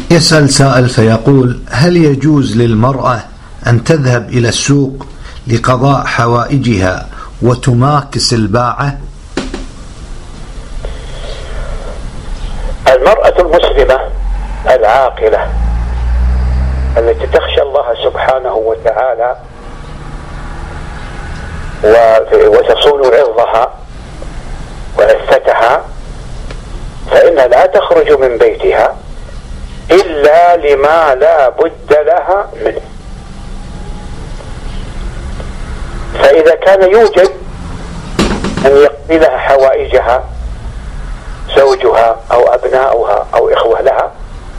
يسأل سائل فيقول: هل يجوز للمرأة أن تذهب إلى السوق لقضاء حوائجها وتماكس الباعة؟ المرأة المسلمة العاقلة التي تخشى الله سبحانه وتعالى وتصون عرضها وعفتها فإنها لا تخرج من بيتها إلا لما لا بد لها منه. فإذا كان يوجد أن يقضي لها حوائجها زوجها أو أبناؤها أو إخوة لها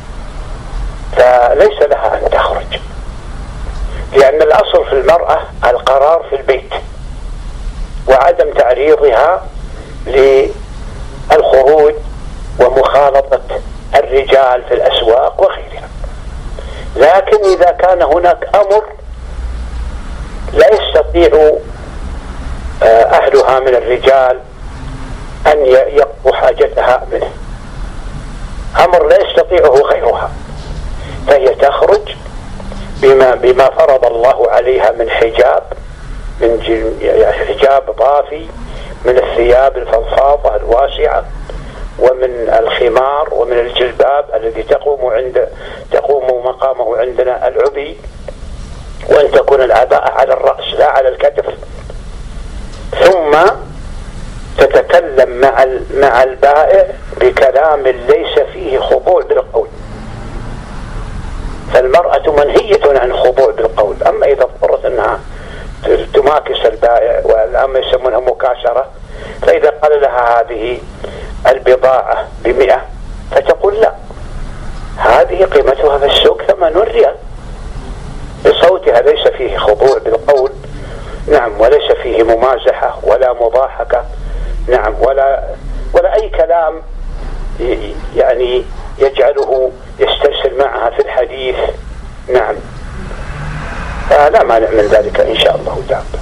فليس لها أن تخرج، لأن الأصل في المرأة القرار في البيت وعدم تعريضها للخروج ومخالطة الرجال في الأسواق وغيرها. لكن إذا كان هناك أمر لا يستطيع أهلها من الرجال أن يقضوا حاجتها منه، أمر لا يستطيعه غيرها، فهي تخرج بما فرض الله عليها من حجاب، من حجاب ضافي، من الثياب الفضفاضة الواسعة، ومن الخمار، ومن الجلباب الذي تقوم مقامه عندنا العبي، وأن تكون العباءة على الرأس لا على الكتف، ثم تتكلم مع البائع بكلام ليس فيه خضوع بالقول. فالمرأة منهية عن الخضوع بالقول. أما إذا اضطرت أنها تماكس البائع، والأما يسمونها مكاشرة، فإذا قال لها هذه البضاعة ب100 فتقول لا، هذه قيمتها في السوق 8 ريال، بصوتها ليس فيه خضوع بالقول، نعم، وليس فيه ممازحة ولا مضاحكة، نعم، ولا أي كلام يعني يجعله يسترسل معها في الحديث، نعم، لا مانع من ذلك إن شاء الله تعالى.